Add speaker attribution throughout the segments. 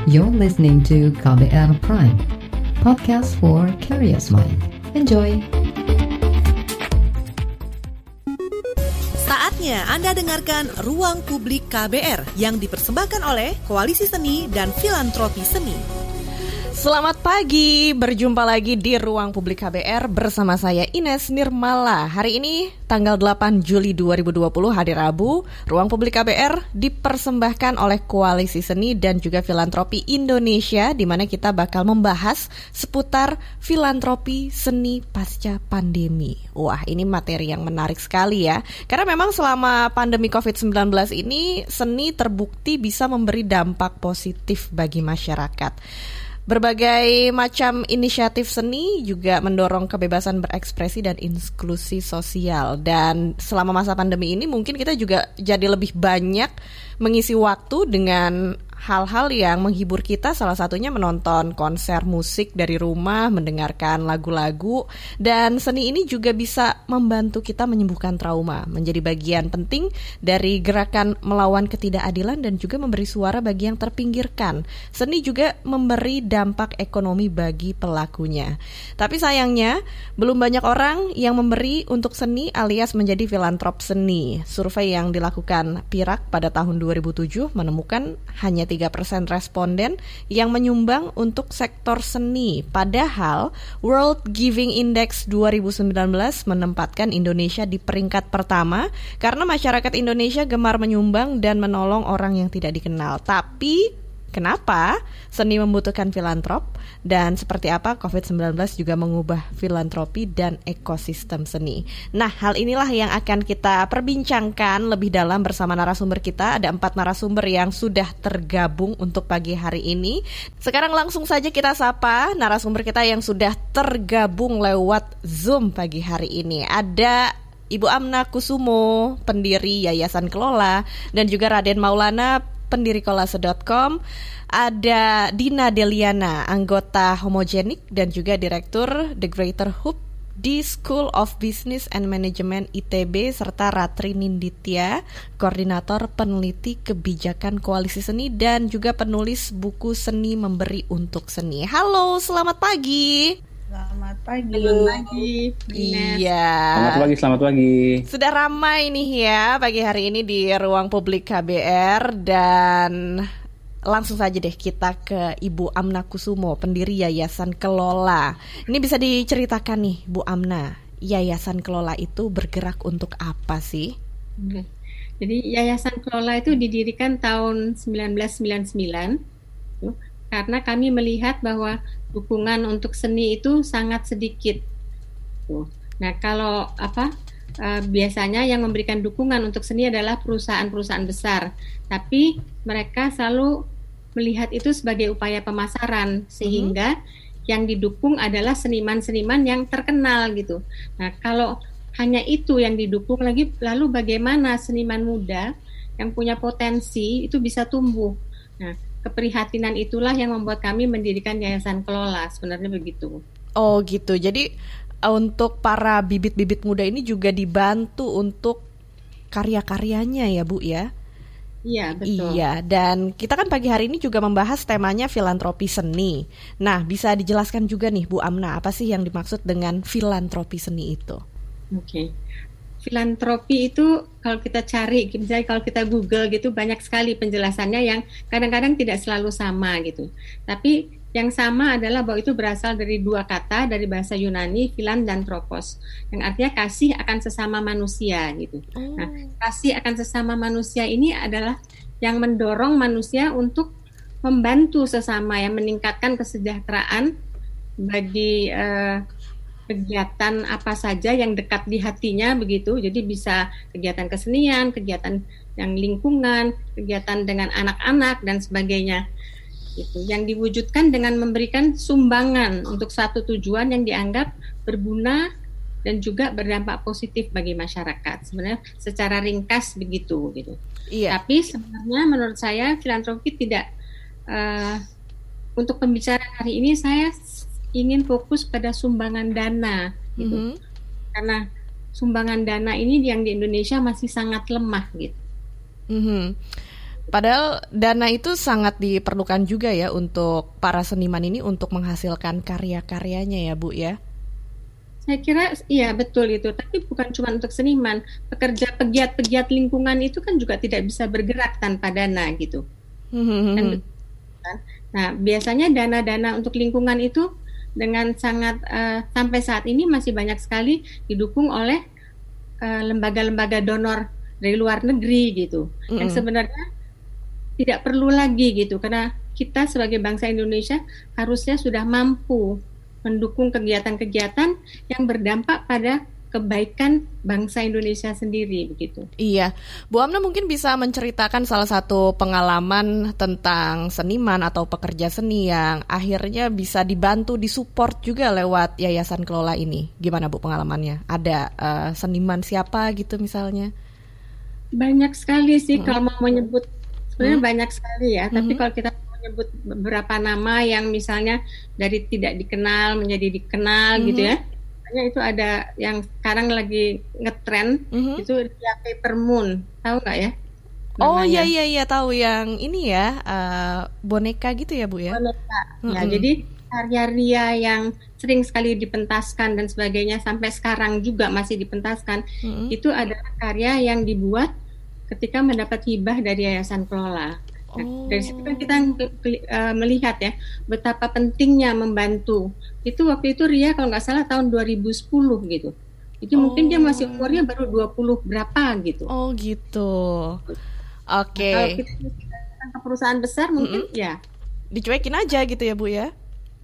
Speaker 1: You're listening to KBR Prime, podcast for curious mind. Enjoy!
Speaker 2: Saatnya Anda dengarkan Ruang Publik KBR yang dipersembahkan oleh Koalisi Seni dan Filantropi Seni.
Speaker 3: Selamat pagi, berjumpa lagi di Ruang Publik KBR bersama saya Ines Nirmala. Hari ini tanggal 8 Juli 2020 hari Rabu, Ruang Publik KBR dipersembahkan oleh Koalisi Seni dan juga Filantropi Indonesia, di mana kita bakal membahas seputar filantropi seni pasca pandemi. Wah, ini materi yang menarik sekali ya, karena memang selama pandemi COVID-19 ini seni terbukti bisa memberi dampak positif bagi masyarakat. Berbagai macam inisiatif seni juga mendorong kebebasan berekspresi dan inklusi sosial. Dan selama masa pandemi ini mungkin kita juga jadi lebih banyak mengisi waktu dengan hal-hal yang menghibur kita, salah satunya menonton konser musik dari rumah, mendengarkan lagu-lagu, dan seni ini juga bisa membantu kita menyembuhkan trauma, menjadi bagian penting dari gerakan melawan ketidakadilan dan juga memberi suara bagi yang terpinggirkan. Seni juga memberi dampak ekonomi bagi pelakunya. Tapi sayangnya, belum banyak orang yang memberi untuk seni alias menjadi filantrop seni. Survei yang dilakukan PIRAK pada tahun 2007 menemukan hanya 3% responden yang menyumbang untuk sektor seni. Padahal World Giving Index 2019 menempatkan Indonesia di peringkat pertama karena masyarakat Indonesia gemar menyumbang dan menolong orang yang tidak dikenal. Tapi kenapa seni membutuhkan filantrop dan seperti apa COVID-19 juga mengubah filantropi dan ekosistem seni. Nah, hal inilah yang akan kita perbincangkan lebih dalam bersama narasumber kita. Ada 4 narasumber yang sudah tergabung untuk pagi hari ini. Sekarang langsung saja kita sapa narasumber kita yang sudah tergabung lewat Zoom pagi hari ini. Ada Ibu Amna Kusumo, pendiri Yayasan Kelola, dan juga Raden Maulana, pendiri kolase.com. Ada Dina Deliana, anggota Homogenik dan juga direktur The Greater Hoop di School of Business and Management ITB, serta Ratri Ninditya, koordinator peneliti kebijakan Koalisi Seni dan juga penulis buku Seni Memberi untuk Seni. Halo, selamat pagi.
Speaker 4: Selamat pagi.
Speaker 3: Selamat pagi. Iya.
Speaker 5: Selamat pagi.
Speaker 3: Sudah ramai nih ya pagi hari ini di Ruang Publik KBR, dan langsung saja deh kita ke Ibu Amna Kusumo, pendiri Yayasan Kelola. Ini bisa diceritakan nih Bu Amna, Yayasan Kelola itu bergerak untuk apa sih?
Speaker 4: Jadi Yayasan Kelola itu didirikan tahun 1999 karena kami melihat bahwa dukungan untuk seni itu sangat sedikit. Nah, kalau biasanya yang memberikan dukungan untuk seni adalah perusahaan-perusahaan besar, tapi mereka selalu melihat itu sebagai upaya pemasaran, sehingga yang didukung adalah seniman-seniman yang terkenal gitu. Nah, kalau hanya itu yang didukung lagi, lalu bagaimana seniman muda yang punya potensi itu bisa tumbuh? Nah, keprihatinan itulah yang membuat kami mendirikan Yayasan Kelola, sebenarnya begitu.
Speaker 3: Oh gitu, jadi untuk para bibit-bibit muda ini juga dibantu untuk karya-karyanya ya Bu ya?
Speaker 4: Iya, betul.
Speaker 3: Iya, dan kita kan pagi hari ini juga membahas temanya filantropi seni. Nah, bisa dijelaskan juga nih Bu Amna, apa sih yang dimaksud dengan filantropi seni itu?
Speaker 4: Oke. Filantropi itu kalau kita cari, misalnya kalau kita Google gitu, banyak sekali penjelasannya yang kadang-kadang tidak selalu sama gitu. Tapi yang sama adalah bahwa itu berasal dari 2 kata dari bahasa Yunani, filan dan tropos, yang artinya kasih akan sesama manusia gitu. Nah, kasih akan sesama manusia ini adalah yang mendorong manusia untuk membantu sesama, yang meningkatkan kesejahteraan bagi kegiatan apa saja yang dekat di hatinya begitu. Jadi bisa kegiatan kesenian, kegiatan yang lingkungan, kegiatan dengan anak-anak dan sebagainya. Gitu. Yang diwujudkan dengan memberikan sumbangan untuk satu tujuan yang dianggap berguna dan juga berdampak positif bagi masyarakat. Sebenarnya secara ringkas begitu gitu.
Speaker 3: Iya.
Speaker 4: Tapi sebenarnya menurut saya filantropi tidak untuk pembicaraan hari ini saya ingin fokus pada sumbangan dana gitu. Karena sumbangan dana ini yang di Indonesia masih sangat lemah gitu.
Speaker 3: Padahal dana itu sangat diperlukan juga ya untuk para seniman ini untuk menghasilkan karya-karyanya ya Bu ya.
Speaker 4: Saya kira iya betul itu, tapi bukan cuma untuk seniman, pegiat-pegiat lingkungan itu kan juga tidak bisa bergerak tanpa dana gitu. Kan, nah biasanya dana-dana untuk lingkungan itu dengan sangat sampai saat ini masih banyak sekali didukung oleh lembaga-lembaga donor dari luar negeri gitu, yang sebenarnya tidak perlu lagi gitu, karena kita sebagai bangsa Indonesia harusnya sudah mampu mendukung kegiatan-kegiatan yang berdampak pada kebaikan bangsa Indonesia sendiri begitu.
Speaker 3: Iya, Bu Amna mungkin bisa menceritakan salah satu pengalaman tentang seniman atau pekerja seni yang akhirnya bisa dibantu, disupport juga lewat Yayasan Kelola ini. Gimana Bu pengalamannya? Ada seniman siapa gitu misalnya?
Speaker 4: Banyak sekali sih kalau mau menyebut. Sebenarnya banyak sekali ya, tapi kalau kita menyebut beberapa nama yang misalnya dari tidak dikenal menjadi dikenal gitu ya, misalnya itu ada yang sekarang lagi ngetren, itu Ria Paper Moon, tahu nggak ya?
Speaker 3: Oh iya tahu yang ini ya, boneka gitu ya Bu ya?
Speaker 4: Boneka, ya jadi karya Ria yang sering sekali dipentaskan dan sebagainya sampai sekarang juga masih dipentaskan, itu adalah karya yang dibuat ketika mendapat hibah dari Yayasan Kelola. Nah, dari situ kan kita melihat ya betapa pentingnya membantu. Itu waktu itu Ria kalau nggak salah tahun 2010 gitu. Itu mungkin dia masih umurnya baru 20 berapa gitu.
Speaker 3: Oh gitu. Oke.
Speaker 4: Nah, kalau kita ke perusahaan besar mungkin ya
Speaker 3: dicuekin aja gitu ya Bu ya.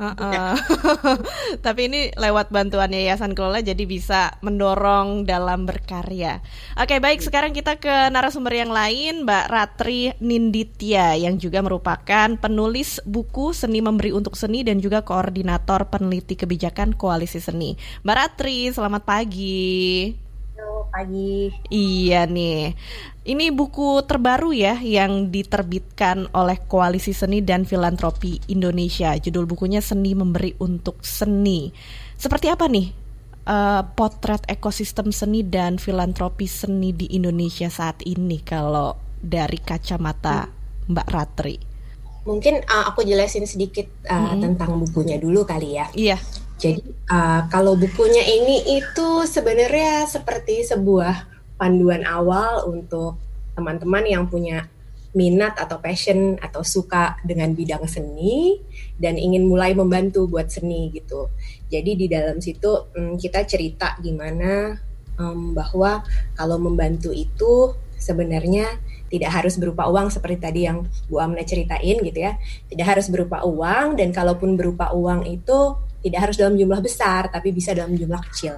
Speaker 3: Tapi ini lewat bantuan Yayasan Kelola jadi bisa mendorong dalam berkarya. Oke, baik, sekarang kita ke narasumber yang lain, Mbak Ratri Ninditya yang juga merupakan penulis buku Seni Memberi untuk Seni dan juga koordinator peneliti kebijakan Koalisi Seni. Mbak Ratri, selamat pagi.
Speaker 6: Halo, pagi.
Speaker 3: Iya nih. Ini buku terbaru ya yang diterbitkan oleh Koalisi Seni dan Filantropi Indonesia. Judul bukunya Seni Memberi untuk Seni. Seperti apa nih potret ekosistem seni dan filantropi seni di Indonesia saat ini kalau dari kacamata Mbak Ratri?
Speaker 6: Mungkin aku jelasin sedikit tentang bukunya dulu kali ya.
Speaker 3: Iya.
Speaker 6: Jadi kalau bukunya ini itu sebenarnya seperti sebuah panduan awal untuk teman-teman yang punya minat atau passion atau suka dengan bidang seni dan ingin mulai membantu buat seni gitu. Jadi di dalam situ kita cerita gimana bahwa kalau membantu itu sebenarnya tidak harus berupa uang seperti tadi yang Bu Amna ceritain gitu ya. Tidak harus berupa uang, dan kalaupun berupa uang itu tidak harus dalam jumlah besar tapi bisa dalam jumlah kecil.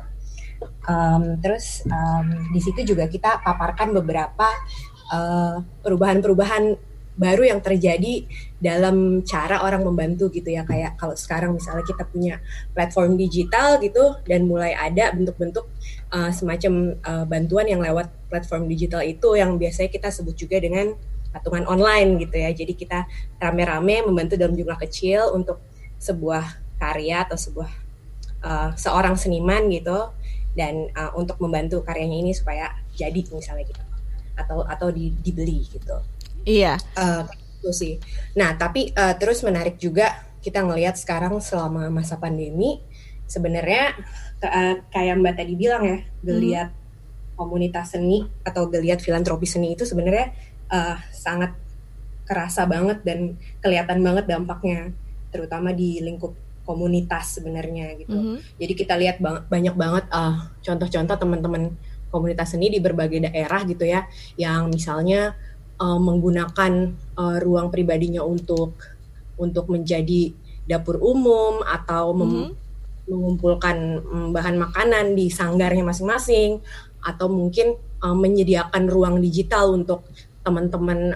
Speaker 6: Terus di situ juga kita paparkan beberapa perubahan-perubahan baru yang terjadi dalam cara orang membantu gitu ya, kayak kalau sekarang misalnya kita punya platform digital gitu dan mulai ada bentuk-bentuk semacam bantuan yang lewat platform digital itu yang biasanya kita sebut juga dengan patungan online gitu ya. Jadi kita rame-rame membantu dalam jumlah kecil untuk sebuah karya atau sebuah seorang seniman gitu, dan untuk membantu karyanya ini supaya jadi misalnya gitu atau dibeli gitu.
Speaker 3: Iya.
Speaker 6: Itu sih. Nah, tapi terus menarik juga kita ngelihat sekarang selama masa pandemi sebenarnya kayak Mbak tadi bilang ya, geliat komunitas seni atau geliat filantropi seni itu sebenarnya sangat kerasa banget dan kelihatan banget dampaknya, terutama di lingkup komunitas sebenarnya gitu. Jadi kita lihat banyak banget contoh-contoh teman-teman komunitas seni di berbagai daerah gitu ya, yang misalnya menggunakan ruang pribadinya untuk menjadi dapur umum atau mengumpulkan bahan makanan di sanggarnya masing-masing, atau mungkin menyediakan ruang digital untuk teman-teman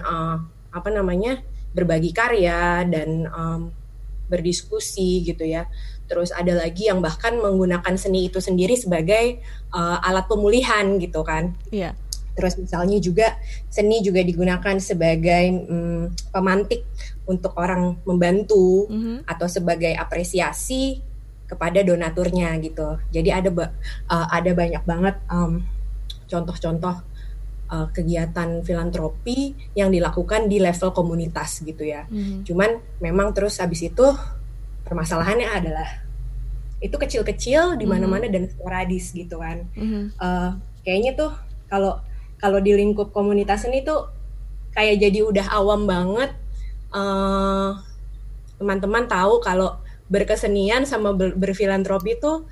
Speaker 6: berbagi karya dan berdiskusi gitu ya. Terus ada lagi yang bahkan menggunakan seni itu sendiri sebagai alat pemulihan gitu kan.
Speaker 3: Iya.
Speaker 6: Terus misalnya juga seni juga digunakan sebagai pemantik untuk orang membantu atau sebagai apresiasi kepada donaturnya gitu. Jadi ada banyak banget contoh-contoh kegiatan filantropi yang dilakukan di level komunitas gitu ya. Cuman memang terus habis itu permasalahannya adalah itu kecil-kecil di mana-mana dan sporadis gitu kan. Kayaknya tuh kalau di lingkup komunitas ini tuh kayak jadi udah awam banget. Teman-teman tahu kalau berkesenian sama berfilantropi tuh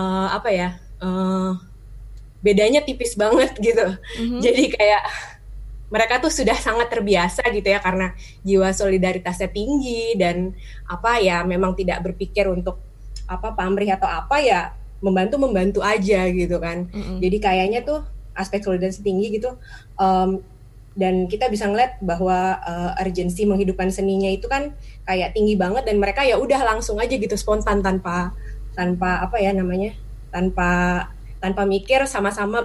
Speaker 6: bedanya tipis banget gitu. Jadi kayak mereka tuh sudah sangat terbiasa gitu ya karena jiwa solidaritasnya tinggi dan memang tidak berpikir untuk pamrih atau ya membantu aja gitu kan. Jadi kayaknya tuh aspek solidaritas tinggi gitu, dan kita bisa ngeliat bahwa urgensi menghidupkan seninya itu kan kayak tinggi banget dan mereka ya udah langsung aja gitu spontan tanpa mikir, sama-sama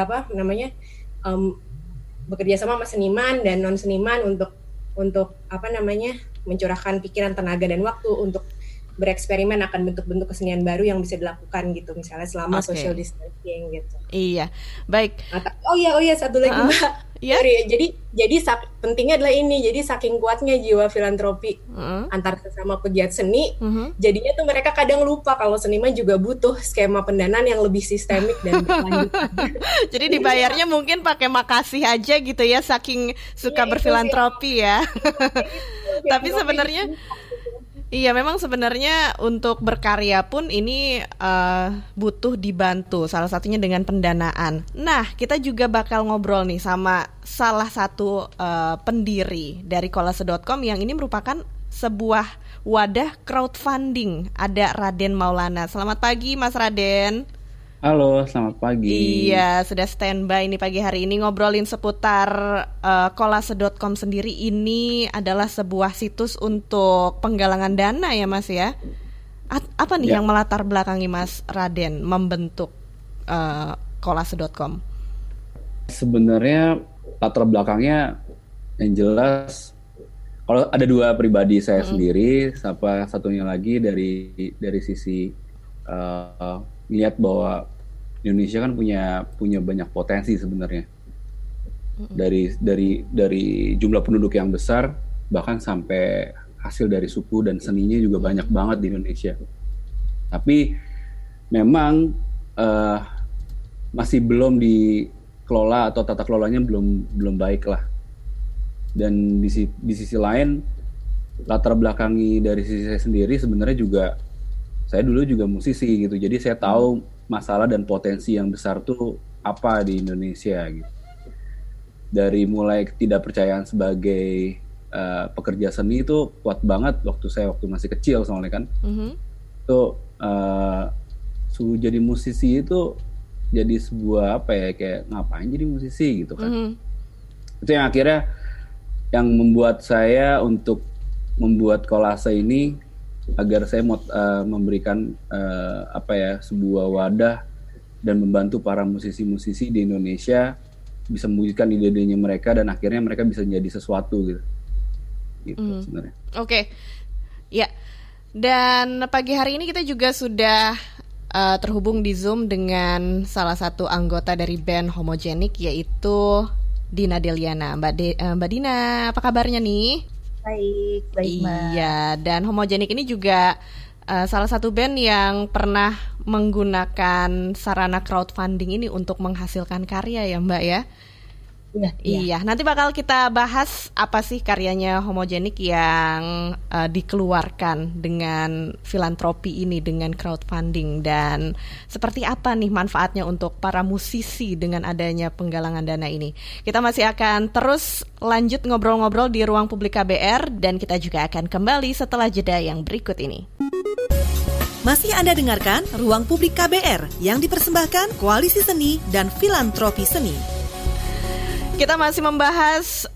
Speaker 6: bekerja sama seniman dan non seniman untuk mencurahkan pikiran, tenaga dan waktu untuk bereksperimen akan bentuk-bentuk kesenian baru yang bisa dilakukan gitu, misalnya selama social distancing gitu.
Speaker 3: Iya, baik.
Speaker 6: Oh iya satu lagi Mbak. Yeah. Jadi pentingnya adalah ini. Jadi saking kuatnya jiwa filantropi antar sesama pegiat seni, jadinya tuh mereka kadang lupa kalau seniman juga butuh skema pendanaan yang lebih sistemik dan berkelanjutan.
Speaker 3: Jadi dibayarnya mungkin pakai makasih aja gitu ya, saking suka berfilantropi ya. Tapi sebenarnya iya, memang sebenarnya untuk berkarya pun ini butuh dibantu, salah satunya dengan pendanaan. Nah, kita juga bakal ngobrol nih sama salah satu pendiri dari kolase.com yang ini merupakan sebuah wadah crowdfunding. Ada Raden Maulana. Selamat pagi Mas Raden.
Speaker 5: Halo, selamat pagi.
Speaker 3: Iya, sudah standby nih pagi hari ini ngobrolin seputar kolase.com sendiri. Ini adalah sebuah situs untuk penggalangan dana ya Mas ya. Apa nih yang melatar belakangi Mas Raden membentuk kolase.com?
Speaker 5: Sebenarnya latar belakangnya yang jelas, kalau ada dua pribadi saya sendiri, satunya lagi dari sisi lihat bahwa Indonesia kan punya banyak potensi sebenarnya. Dari jumlah penduduk yang besar, bahkan sampai hasil dari suku dan seninya juga banyak banget di Indonesia. Tapi memang masih belum dikelola atau tata kelolanya belum baik lah. Dan di sisi lain, latar belakangi dari sisi saya sendiri sebenarnya juga, saya dulu juga musisi gitu. Jadi saya tahu masalah dan potensi yang besar tuh apa di Indonesia gitu. Dari mulai ketidakpercayaan sebagai pekerja seni itu kuat banget waktu masih kecil soalnya kan. Tuh jadi musisi itu jadi sebuah kayak ngapain jadi musisi gitu kan. Itu yang akhirnya yang membuat saya untuk membuat kolase ini, agar saya memberikan sebuah wadah dan membantu para musisi-musisi di Indonesia bisa mewujudkan ide-idenya mereka dan akhirnya mereka bisa menjadi sesuatu gitu sebenarnya.
Speaker 3: Oke. Ya. Dan pagi hari ini kita juga sudah terhubung di Zoom dengan salah satu anggota dari band Homogenik, yaitu Dina Deliana. Mbak Dina, apa kabarnya nih?
Speaker 7: Baik Mbak.
Speaker 3: Iya, dan Homogenik ini juga salah satu band yang pernah menggunakan sarana crowdfunding ini untuk menghasilkan karya ya Mbak ya? Iya, nanti bakal kita bahas apa sih karyanya Homogenik yang dikeluarkan dengan filantropi ini, dengan crowdfunding, dan seperti apa nih manfaatnya untuk para musisi dengan adanya penggalangan dana ini. Kita masih akan terus lanjut ngobrol-ngobrol di Ruang Publik KBR, dan kita juga akan kembali setelah jeda yang berikut ini.
Speaker 2: Masih Anda dengarkan Ruang Publik KBR yang dipersembahkan Koalisi Seni dan Filantropi Seni.
Speaker 3: Kita masih membahas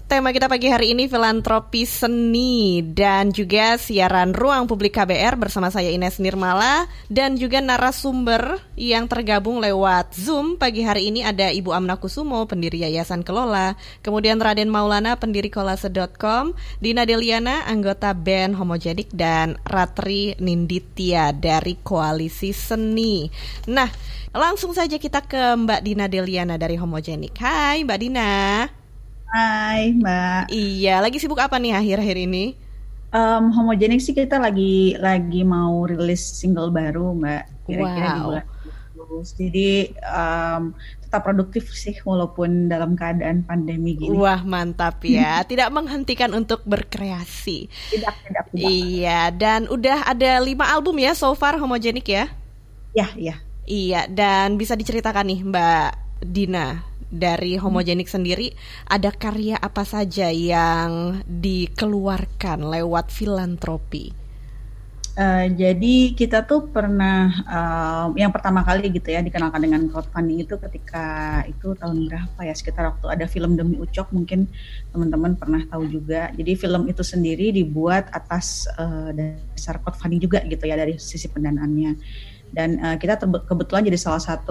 Speaker 3: tema kita pagi hari ini filantropi seni dan juga siaran Ruang Publik KBR bersama saya Ines Nirmala dan juga narasumber yang tergabung lewat Zoom pagi hari ini ada Ibu Amna Kusumo, pendiri Yayasan Kelola, kemudian Raden Maulana, pendiri kolase.com, Dina Deliana, anggota band Homogenik, dan Ratri Ninditya dari Koalisi Seni. Nah, langsung saja kita ke Mbak Dina Deliana dari Homogenik. Hai Mbak Dina.
Speaker 7: Hai Mbak.
Speaker 3: Iya, lagi sibuk apa nih akhir-akhir ini?
Speaker 7: Homogenik sih kita lagi mau rilis single baru Mbak. Kira-kira di bulan Agustus. Jadi tetap produktif sih walaupun dalam keadaan pandemi gini.
Speaker 3: Wah, mantap ya. Tidak menghentikan untuk berkreasi.
Speaker 7: Tidak.
Speaker 3: Iya, dan udah ada 5 album ya so far Homogenik ya?
Speaker 7: Ya.
Speaker 3: Iya, dan bisa diceritakan nih Mbak Dina, dari Homogenik sendiri ada karya apa saja yang dikeluarkan lewat filantropi?
Speaker 7: Jadi kita tuh pernah yang pertama kali gitu ya dikenalkan dengan crowdfunding itu ketika itu tahun berapa ya, sekitar waktu ada film Demi Ucok, mungkin teman-teman pernah tahu juga. Jadi film itu sendiri dibuat atas dasar crowdfunding juga gitu ya dari sisi pendanaannya. Dan kita kebetulan jadi salah satu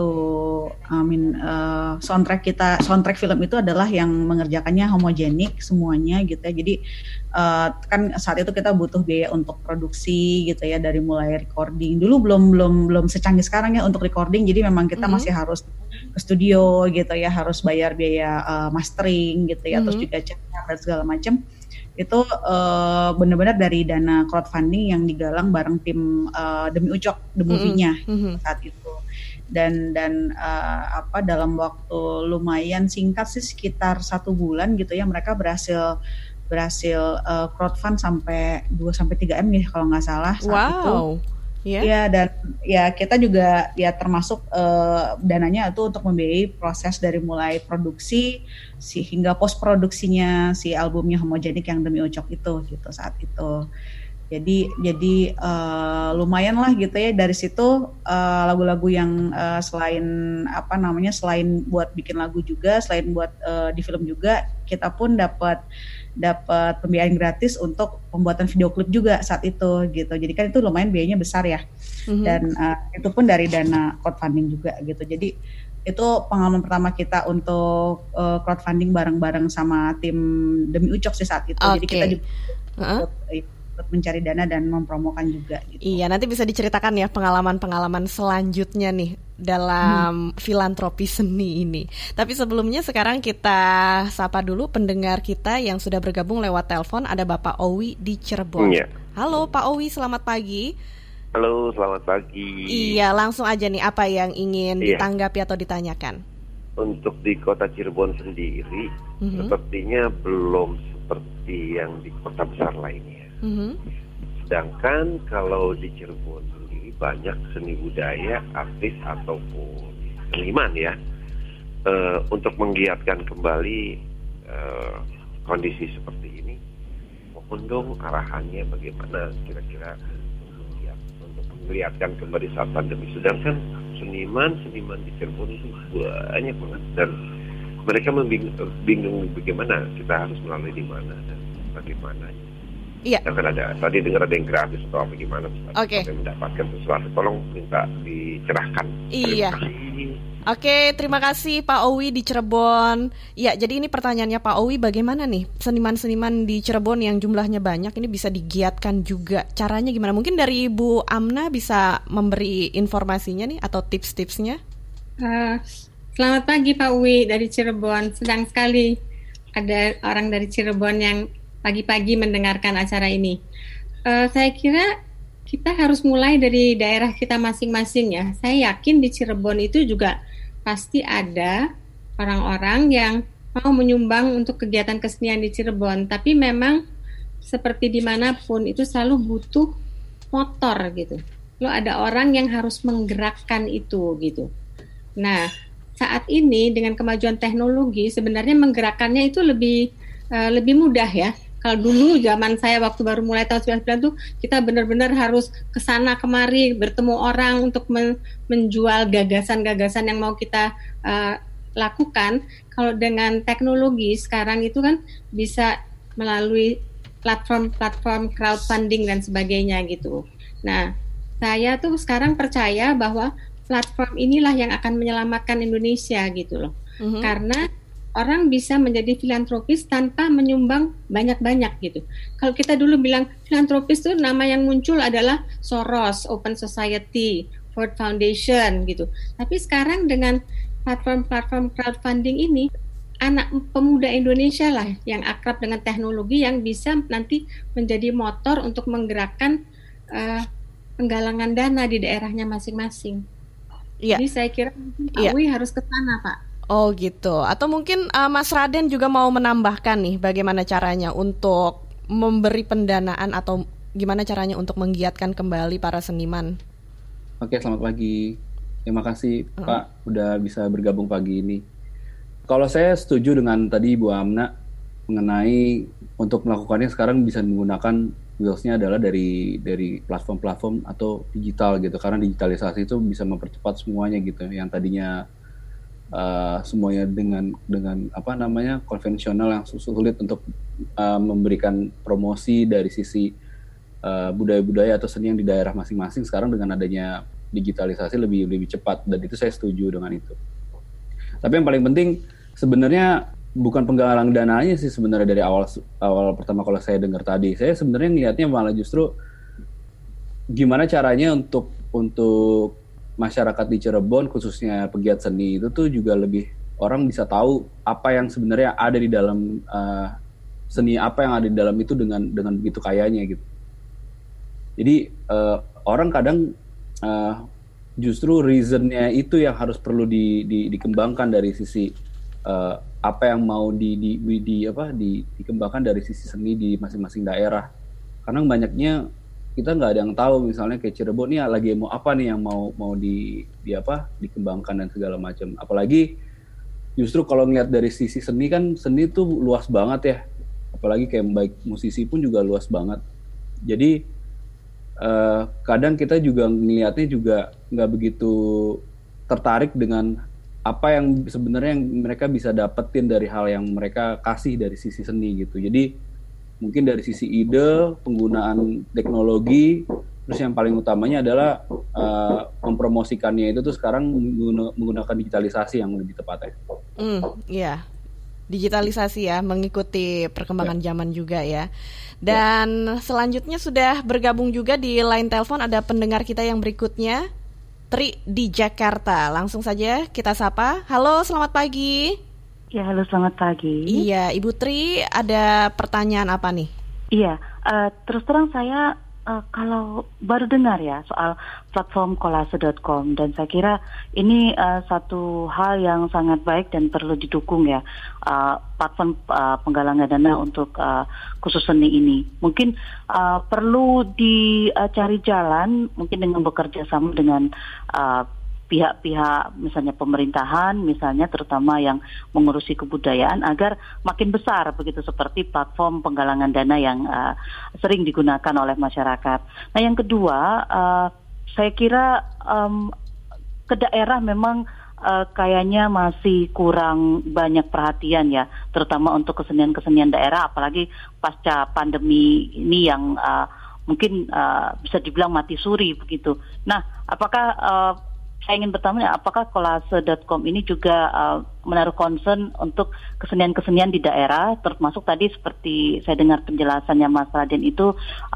Speaker 7: soundtrack film itu adalah yang mengerjakannya Homogenik semuanya gitu ya. Jadi kan saat itu kita butuh biaya untuk produksi gitu ya, dari mulai recording. Dulu belum secanggih sekarang ya untuk recording. Jadi memang kita masih harus ke studio gitu ya, harus bayar biaya mastering gitu ya, terus juga cetak dan segala macam. Itu benar-benar dari dana crowdfunding yang digalang bareng tim Demi Ucok, the movie-nya saat itu. Dan dalam waktu lumayan singkat sih, sekitar 1 bulan gitu ya, mereka berhasil crowdfund sampai 2-3 M ya kalau nggak salah saat itu. Ya, dan ya kita juga ya termasuk dananya itu untuk membiayai proses dari mulai produksi hingga post produksinya si albumnya Homogenik yang Demi Ucok itu gitu saat itu. Jadi lumayan lah gitu ya, dari situ lagu-lagu yang selain buat bikin lagu juga, selain buat di film juga, kita pun dapat pembiayaan gratis untuk pembuatan video klip juga saat itu gitu. Jadi kan itu lumayan biayanya besar ya. Dan itu pun dari dana crowdfunding juga gitu. Jadi itu pengalaman pertama kita untuk crowdfunding bareng-bareng sama tim Demi Ucok sih saat itu. Jadi kita juga untuk mencari dana dan mempromokan juga gitu. Iya,
Speaker 3: nanti bisa diceritakan ya pengalaman-pengalaman selanjutnya nih dalam filantropi seni ini. Tapi sebelumnya sekarang kita sapa dulu pendengar kita yang sudah bergabung lewat telepon. Ada Bapak Owi di Cirebon. Halo Pak Owi, selamat pagi.
Speaker 8: Halo, selamat pagi.
Speaker 3: Iya, langsung aja nih, apa yang ingin ditanggapi atau ditanyakan?
Speaker 8: Untuk di kota Cirebon sendiri, sepertinya belum seperti yang di kota besar lainnya. Sedangkan kalau di Cirebon sendiri banyak seni budaya, artis ataupun seniman ya, untuk menggiatkan kembali kondisi seperti ini. Mohon dong arahannya bagaimana kira-kira untuk melihatkan kembali saat pandemi. Sedangkan seniman di Cirebon itu banyak banget dan mereka bingung bagaimana kita harus melalui di mana dan bagaimana.
Speaker 3: Iya.
Speaker 8: Tadi dengar ada yang gratis atau apa gimana?
Speaker 3: Oke.
Speaker 8: Mendapatkan sesuatu, tolong minta dicerahkan.
Speaker 3: Iya. Oke, terima kasih Pak Owi di Cirebon. Ya, jadi ini pertanyaannya Pak Owi, bagaimana nih seniman-seniman di Cirebon yang jumlahnya banyak ini bisa digiatkan juga? Caranya gimana? Mungkin dari Bu Amna bisa memberi informasinya nih atau tips-tipsnya?
Speaker 4: Selamat pagi Pak Owi dari Cirebon. Senang sekali ada orang dari Cirebon yang pagi-pagi mendengarkan acara ini. Saya kira kita harus mulai dari daerah kita masing-masing ya. Saya yakin di Cirebon itu juga pasti ada orang-orang yang mau menyumbang untuk kegiatan kesenian di Cirebon. Tapi memang seperti dimanapun itu selalu butuh motor gitu. Lalu ada orang yang harus menggerakkan itu gitu. Nah, saat ini dengan kemajuan teknologi sebenarnya menggerakkannya itu lebih mudah ya. Kalau dulu zaman saya waktu baru mulai tahun 99 tuh kita benar-benar harus kesana kemari bertemu orang untuk menjual gagasan-gagasan yang mau kita lakukan kalau dengan teknologi sekarang itu kan bisa melalui platform crowdfunding dan sebagainya gitu. Nah, saya tuh sekarang percaya bahwa platform inilah yang akan menyelamatkan Indonesia gitu loh. Karena orang bisa menjadi filantropis tanpa menyumbang banyak-banyak gitu. Kalau kita dulu bilang filantropis tuh nama yang muncul adalah Soros, Open Society, Ford Foundation gitu. Tapi sekarang dengan platform crowdfunding ini, anak pemuda Indonesia lah yang akrab dengan teknologi yang bisa nanti menjadi motor untuk menggerakkan penggalangan dana di daerahnya masing-masing. Jadi saya kira Pak Wi harus ke sana, Pak.
Speaker 3: Oh gitu. Atau mungkin Mas Raden juga mau menambahkan nih bagaimana caranya untuk memberi pendanaan atau gimana caranya untuk menggiatkan kembali para seniman.
Speaker 5: Oke, selamat pagi. Terima kasih Pak udah bisa bergabung pagi ini. Kalau saya setuju dengan tadi Bu Amna mengenai untuk melakukannya sekarang bisa menggunakan wheels-nya adalah dari platform-platform atau digital gitu, karena digitalisasi itu bisa mempercepat semuanya gitu. Yang tadinya semuanya dengan konvensional yang sulit untuk memberikan promosi dari sisi budaya-budaya atau seni yang di daerah masing-masing, sekarang dengan adanya digitalisasi lebih cepat, dan itu saya setuju dengan itu. Tapi yang paling penting sebenarnya bukan penggalang dananya sih sebenarnya. Dari awal pertama kalau saya dengar tadi, saya sebenarnya ngelihatnya malah justru gimana caranya untuk masyarakat di Cirebon, khususnya pegiat seni itu tuh juga lebih orang bisa tahu apa yang sebenarnya ada di dalam seni, apa yang ada di dalam itu dengan begitu kayanya gitu. Jadi orang kadang justru reasonnya itu yang harus perlu dikembangkan dari sisi apa yang mau dikembangkan dari sisi seni di masing-masing daerah. Karena banyaknya kita nggak ada yang tahu, misalnya kayak Cirebon nih lagi mau apa nih yang mau dikembangkan dan segala macam. Apalagi justru kalau ngeliat dari sisi seni kan, seni tuh luas banget ya, apalagi kayak baik musisi pun juga luas banget. Jadi kadang kita juga ngeliatnya juga nggak begitu tertarik dengan apa yang sebenarnya yang mereka bisa dapetin dari hal yang mereka kasih dari sisi seni gitu. Jadi mungkin dari sisi ide, penggunaan teknologi, terus yang paling utamanya adalah mempromosikannya itu tuh sekarang menggunakan digitalisasi yang lebih tepatnya.
Speaker 3: Iya, digitalisasi ya, mengikuti perkembangan zaman juga ya. Dan selanjutnya sudah bergabung juga di line telepon ada pendengar kita yang berikutnya, Tri di Jakarta. Langsung saja kita sapa. Halo, selamat pagi.
Speaker 9: Ya, halo, selamat pagi.
Speaker 3: Iya, Ibu Tri, ada pertanyaan apa nih?
Speaker 9: Iya, terus terang saya kalau baru dengar ya soal platform kolase.com, dan saya kira ini satu hal yang sangat baik dan perlu didukung ya, platform penggalangan dana untuk khusus seni ini. Mungkin perlu dicari jalan, mungkin dengan bekerja sama dengan pihak-pihak misalnya pemerintahan, misalnya terutama yang mengurusi kebudayaan, agar makin besar begitu, seperti platform penggalangan dana yang sering digunakan oleh masyarakat. Nah, yang kedua, saya kira ke daerah memang kayaknya masih kurang banyak perhatian ya, terutama untuk kesenian-kesenian daerah, apalagi pasca pandemi ini yang mungkin bisa dibilang mati suri begitu. Nah, apakah saya ingin bertanya, apakah kolase.com ini juga menaruh concern untuk kesenian-kesenian di daerah, termasuk tadi seperti saya dengar penjelasannya Mas Raden itu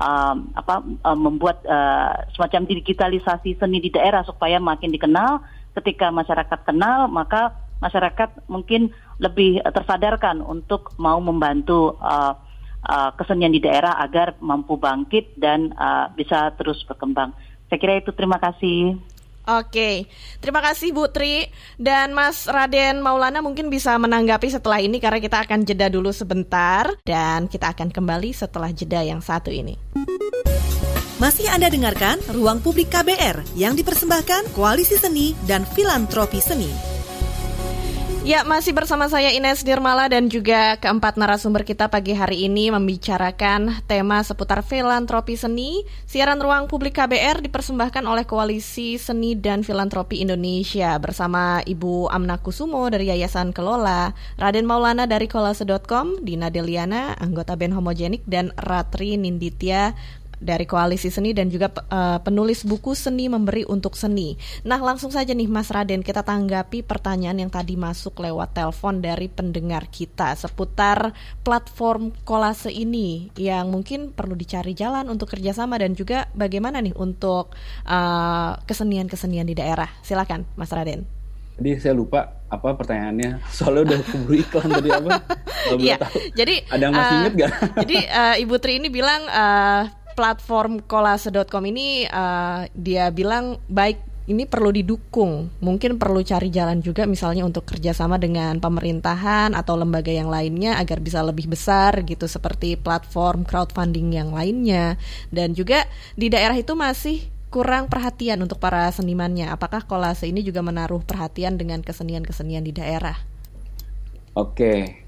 Speaker 9: membuat semacam digitalisasi seni di daerah supaya makin dikenal. Ketika masyarakat kenal, maka masyarakat mungkin lebih tersadarkan untuk mau membantu kesenian di daerah agar mampu bangkit dan bisa terus berkembang. Saya kira itu, terima kasih.
Speaker 3: Oke, terima kasih Bu Tri. Dan Mas Raden Maulana mungkin bisa menanggapi setelah ini, karena kita akan jeda dulu sebentar dan kita akan kembali setelah jeda yang satu ini.
Speaker 2: Masih Anda dengarkan Ruang Publik KBR yang dipersembahkan Koalisi Seni dan Filantropi Seni.
Speaker 3: Ya, masih bersama saya Ines Nirmala dan juga keempat narasumber kita pagi hari ini membicarakan tema seputar filantropi seni. Siaran Ruang Publik KBR dipersembahkan oleh Koalisi Seni dan Filantropi Indonesia bersama Ibu Amna Kusumo dari Yayasan Kelola, Raden Maulana dari kolase.com, Dina Deliana, anggota band Homogenik, dan Ratri Ninditya dari Koalisi Seni dan juga penulis buku Seni Memberi Untuk Seni. Nah, langsung saja nih Mas Raden, kita tanggapi pertanyaan yang tadi masuk lewat telepon dari pendengar kita seputar platform kolase ini yang mungkin perlu dicari jalan untuk kerjasama dan juga bagaimana nih untuk kesenian-kesenian di daerah. Silakan Mas Raden.
Speaker 5: Jadi saya lupa apa pertanyaannya, soalnya udah keburu iklan tadi apa?
Speaker 3: Iya, jadi
Speaker 5: ada yang masih inget gak?
Speaker 3: Jadi Ibu Tri ini bilang platform kolase.com ini dia bilang baik, ini perlu didukung, mungkin perlu cari jalan juga misalnya untuk kerjasama dengan pemerintahan atau lembaga yang lainnya agar bisa lebih besar gitu, seperti platform crowdfunding yang lainnya. Dan juga di daerah itu masih kurang perhatian untuk para senimannya. Apakah kolase ini juga menaruh perhatian dengan kesenian-kesenian di daerah?
Speaker 5: Oke,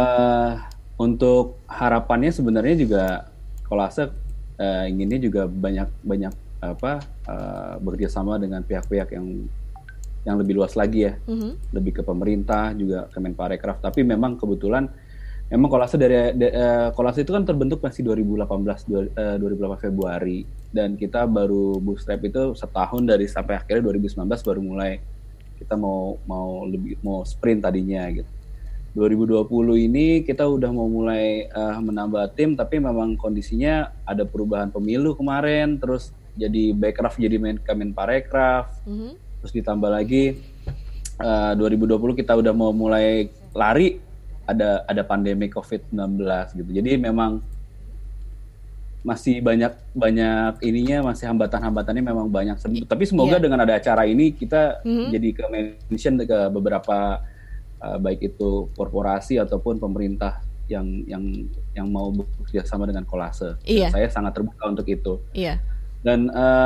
Speaker 5: untuk harapannya sebenarnya juga kolase inginnya juga banyak bekerja sama dengan pihak-pihak yang lebih luas lagi ya, lebih ke pemerintah juga Kemenparekraf. Tapi memang kebetulan kolase kolase itu kan terbentuk masih 2018 Februari, dan kita baru bootstrap itu setahun dari sampai akhirnya 2019 baru mulai kita mau sprint tadinya gitu. 2020 ini kita udah mau mulai menambah tim, tapi memang kondisinya ada perubahan pemilu kemarin, terus jadi Bekraf jadi Kemenparekraf, terus ditambah lagi 2020 kita udah mau mulai lari, ada pandemi COVID-19 gitu. Jadi memang masih banyak ininya, masih hambatan-hambatannya memang banyak. Tapi semoga dengan ada acara ini kita jadi ke mention ke beberapa baik itu korporasi ataupun pemerintah yang mau bekerja sama dengan kolase.
Speaker 3: Iya.
Speaker 5: Saya sangat terbuka untuk itu.
Speaker 3: Iya.
Speaker 5: Dan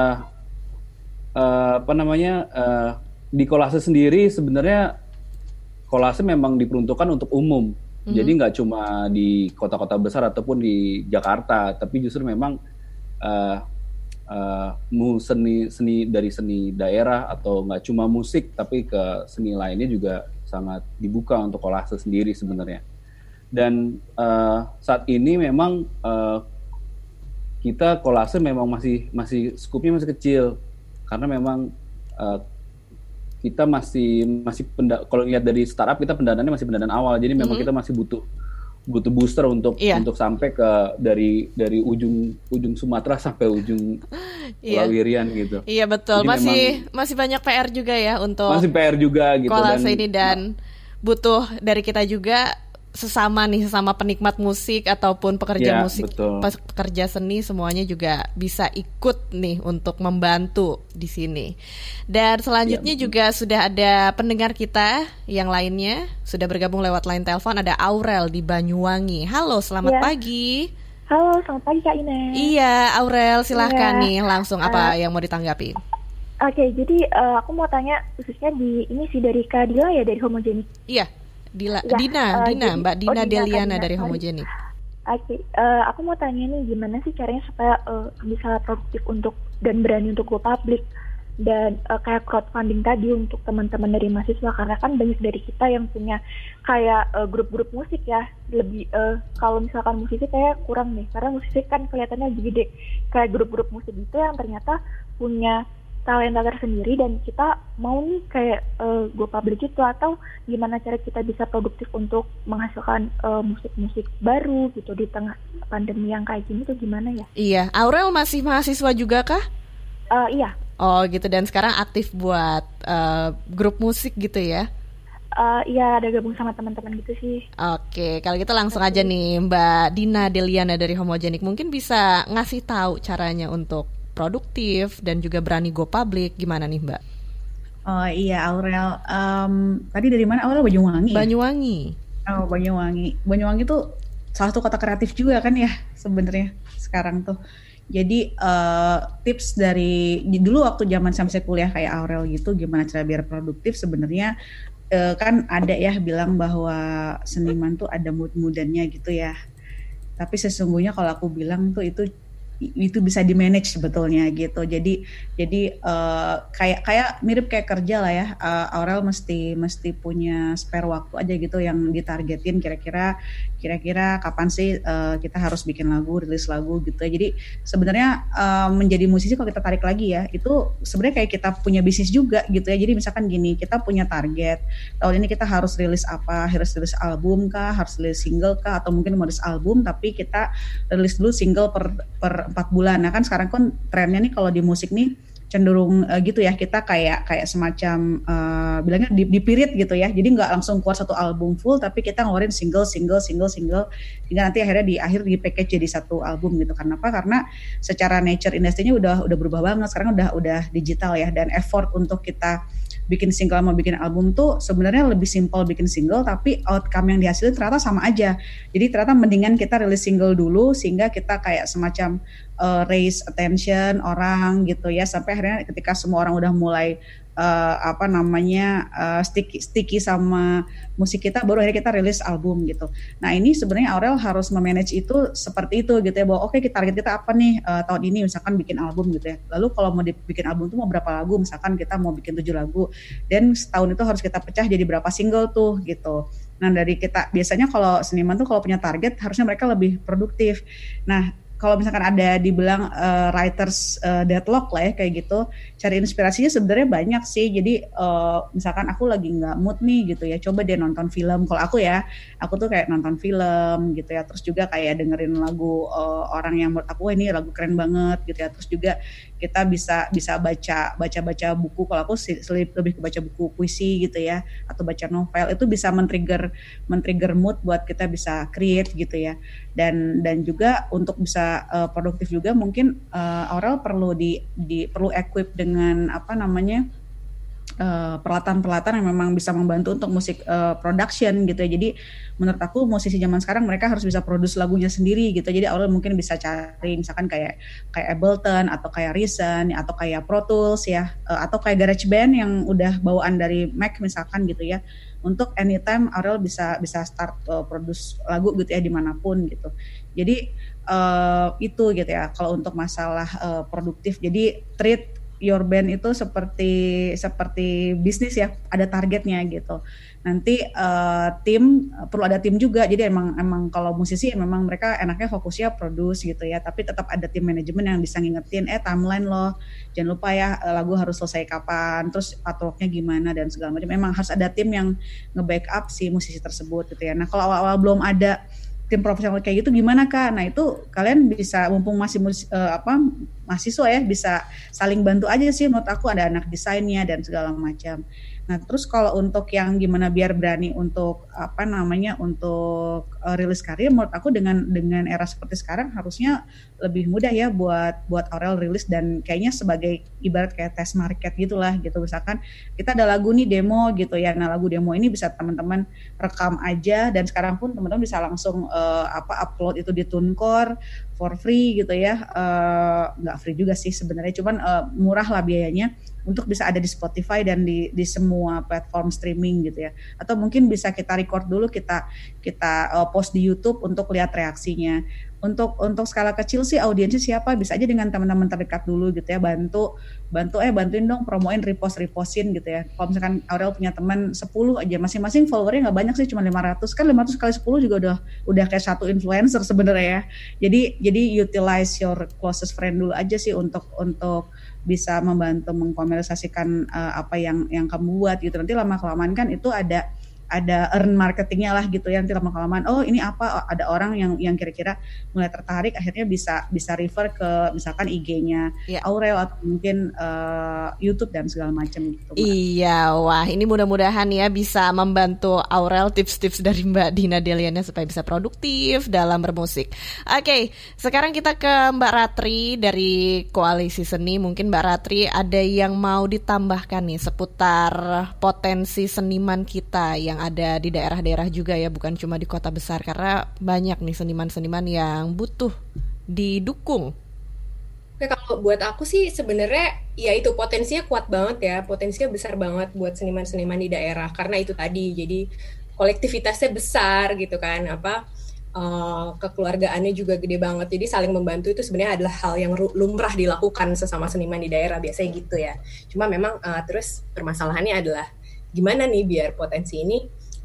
Speaker 5: di kolase sendiri sebenarnya kolase memang diperuntukkan untuk umum. Jadi nggak cuma di kota-kota besar ataupun di Jakarta, tapi justru memang seni dari seni daerah atau nggak cuma musik, tapi ke seni lainnya juga sangat dibuka untuk kolase sendiri sebenarnya. Dan saat ini memang kita kolase memang masih skupnya masih kecil, karena memang kita masih kalau lihat dari startup kita pendanaannya masih pendanaan awal, jadi memang kita masih butuh booster untuk sampai ke dari ujung Sumatera sampai ujung Pulau Irian gitu.
Speaker 3: Iya betul. Jadi masih banyak PR juga ya untuk
Speaker 5: masih PR juga gitu
Speaker 3: kolase ini, dan butuh dari kita juga sesama penikmat musik ataupun pekerja musik, pekerja seni, semuanya juga bisa ikut nih untuk membantu di sini. Dan selanjutnya juga sudah ada pendengar kita yang lainnya sudah bergabung lewat line telepon. Ada Aurel di Banyuwangi. Halo, selamat pagi.
Speaker 10: Halo, selamat pagi Kak Ines.
Speaker 3: Iya, Aurel, silahkan nih langsung apa yang mau ditanggapi.
Speaker 10: Oke, jadi aku mau tanya khususnya dari Kak Dila ya, dari Homogenik.
Speaker 3: Iya. Dina, Mbak Dina Deliana dari Homogenik.
Speaker 10: Oke, aku mau tanya nih, gimana sih caranya supaya bisa produktif untuk dan berani untuk go public dan kayak crowdfunding tadi untuk teman-teman dari mahasiswa, karena kan banyak dari kita yang punya kayak grup-grup musik ya, lebih kalau misalkan musisi kayak kurang nih, karena musisi kan kelihatannya lebih gede, kayak grup-grup musik itu yang ternyata punya talenta tersendiri dan kita mau nih kayak go public gitu, atau gimana cara kita bisa produktif untuk menghasilkan musik-musik baru gitu di tengah pandemi yang kayak gini tuh gimana ya?
Speaker 3: Iya, Aurel masih mahasiswa juga kah?
Speaker 10: Iya.
Speaker 3: Oh gitu, dan sekarang aktif buat grup musik gitu ya?
Speaker 10: Iya, ada gabung sama teman-teman gitu sih.
Speaker 3: Oke, kalau gitu langsung aja nih Mbak Dina Deliana dari Homogenik, mungkin bisa ngasih tahu caranya untuk produktif dan juga berani go public, gimana nih Mbak?
Speaker 7: Oh iya Aurel, tadi dari mana Aurel? Banyuwangi?
Speaker 3: Banyuwangi.
Speaker 7: Oh Banyuwangi. Banyuwangi tuh salah satu kota kreatif juga kan ya sebenarnya sekarang tuh. Jadi tips dari dulu waktu zaman saya kuliah kayak Aurel gitu, gimana cara biar produktif sebenarnya kan ada ya bilang bahwa seniman tuh ada mood-moodannya gitu ya. Tapi sesungguhnya kalau aku bilang tuh itu bisa di manage sebetulnya gitu. Jadi kayak mirip kayak kerja lah ya. Aurel mesti punya spare waktu aja gitu yang ditargetin kira-kira kapan sih kita harus bikin lagu, rilis lagu gitu ya. Jadi sebenarnya menjadi musisi kalau kita tarik lagi ya, itu sebenarnya kayak kita punya bisnis juga gitu ya. Jadi misalkan gini, kita punya target tahun ini kita harus rilis apa, harus rilis album kah, harus rilis single kah, atau mungkin mau rilis album tapi kita rilis dulu single per 4 bulan. Nah kan sekarang kan trennya nih kalau di musik nih cenderung gitu ya, kita kayak semacam bilangnya di period gitu ya. Jadi nggak langsung keluar satu album full, tapi kita ngeluarin single hingga nanti akhirnya di akhir di package jadi satu album gitu. Kenapa? Karena secara nature industrinya udah berubah banget. Sekarang udah digital ya, dan effort untuk kita bikin single sama bikin album tuh sebenarnya lebih simpel bikin single, tapi outcome yang dihasilkan ternyata sama aja. Jadi ternyata mendingan kita rilis single dulu sehingga kita kayak semacam raise attention orang gitu ya, sampai akhirnya ketika semua orang udah mulai sticky sama musik kita, baru akhirnya kita rilis album gitu. Nah ini sebenarnya Aurel harus memanage itu seperti itu gitu ya, bahwa oke, target kita apa nih tahun ini, misalkan bikin album gitu ya. Lalu kalau mau bikin album tuh mau berapa lagu, misalkan kita mau bikin 7 lagu, dan setahun itu harus kita pecah jadi berapa single tuh gitu. Nah dari kita, biasanya kalau seniman tuh kalau punya target harusnya mereka lebih produktif. Nah kalau misalkan ada dibilang writers deadlock lah ya kayak gitu, cari inspirasinya sebenarnya banyak sih. Jadi misalkan aku lagi nggak mood nih gitu ya, coba deh nonton film. Kalau aku tuh kayak nonton film gitu ya, terus juga kayak dengerin lagu orang yang menurut aku ini lagu keren banget gitu ya. Terus juga kita bisa baca buku. Kalau aku lebih ke baca buku puisi gitu ya, atau baca novel, itu bisa men-trigger mood buat kita bisa create gitu ya. Dan juga untuk bisa produktif juga mungkin Aurel perlu perlu equip dengan peralatan-peralatan yang memang bisa membantu untuk musik production gitu ya. Jadi menurut aku musisi zaman sekarang mereka harus bisa produce lagunya sendiri gitu. Jadi Aurel mungkin bisa cari misalkan kayak Ableton atau kayak Reason atau kayak Pro Tools ya, atau kayak GarageBand yang udah bawaan dari Mac misalkan gitu ya. Untuk anytime Aurel bisa start produce lagu gitu ya dimanapun gitu. Jadi itu gitu ya kalau untuk masalah produktif. Jadi treat your band itu seperti bisnis ya, ada targetnya gitu. Nanti tim perlu ada tim juga. Jadi emang kalau musisi memang mereka enaknya fokusnya produce gitu ya, tapi tetap ada tim manajemen yang bisa ngingetin timeline loh, jangan lupa ya lagu harus selesai kapan, terus artworknya gimana dan segala macam. Memang harus ada tim yang nge-backup si musisi tersebut gitu ya. Nah kalau awal-awal belum ada tim profesional kayak gitu gimana Kak? Nah itu kalian bisa, mumpung masih mahasiswa ya, bisa saling bantu aja sih menurut aku, ada anak desainnya dan segala macam. Nah terus kalau untuk yang gimana biar berani untuk untuk rilis karya, menurut aku dengan era seperti sekarang harusnya lebih mudah ya buat Aurel rilis, dan kayaknya sebagai ibarat kayak test market gitulah gitu. Misalkan kita ada lagu nih demo gitu ya, nah lagu demo ini bisa teman-teman rekam aja, dan sekarang pun teman-teman bisa langsung upload itu di TuneCore for free gitu ya. Nggak free juga sih sebenarnya, cuman murah lah biayanya untuk bisa ada di Spotify dan di semua platform streaming gitu ya. Atau mungkin bisa kita record dulu, kita post di YouTube untuk lihat reaksinya. Untuk skala kecil sih audiensnya siapa, bisa aja dengan teman-teman terdekat dulu gitu ya, bantuin dong promoin, repostin gitu ya. Kalau misalkan Aurel punya teman 10 aja, masing-masing followernya nggak banyak sih, cuma 500, kan 500 kali 10 juga udah kayak satu influencer sebenarnya ya. Jadi utilize your closest friend dulu aja sih untuk bisa membantu mengkomersialisasikan apa yang kamu buat gitu. Nanti lama-kelamaan kan itu ada earn marketingnya lah gitu ya. Nanti lama-kelamaan ini apa, ada orang yang kira-kira mulai tertarik, akhirnya bisa refer ke misalkan IG-nya Aurel atau mungkin YouTube dan segala macam gitu.
Speaker 3: Iya, wah ini mudah-mudahan ya bisa membantu Aurel tips-tips dari Mbak Dina Deliana supaya bisa produktif dalam bermusik. Oke, sekarang kita ke Mbak Ratri dari Koalisi Seni. Mungkin Mbak Ratri ada yang mau ditambahkan nih seputar potensi seniman kita yang ada di daerah-daerah juga ya, bukan cuma di kota besar, karena banyak nih seniman-seniman yang butuh didukung.
Speaker 6: Oke, kalau buat aku sih sebenarnya ya itu potensinya kuat banget ya, potensinya besar banget buat seniman-seniman di daerah karena itu tadi, jadi kolektivitasnya besar gitu kan, kekeluargaannya juga gede banget, jadi saling membantu itu sebenarnya adalah hal yang lumrah dilakukan sesama seniman di daerah biasanya gitu ya. Cuma memang terus permasalahannya adalah gimana nih biar potensi ini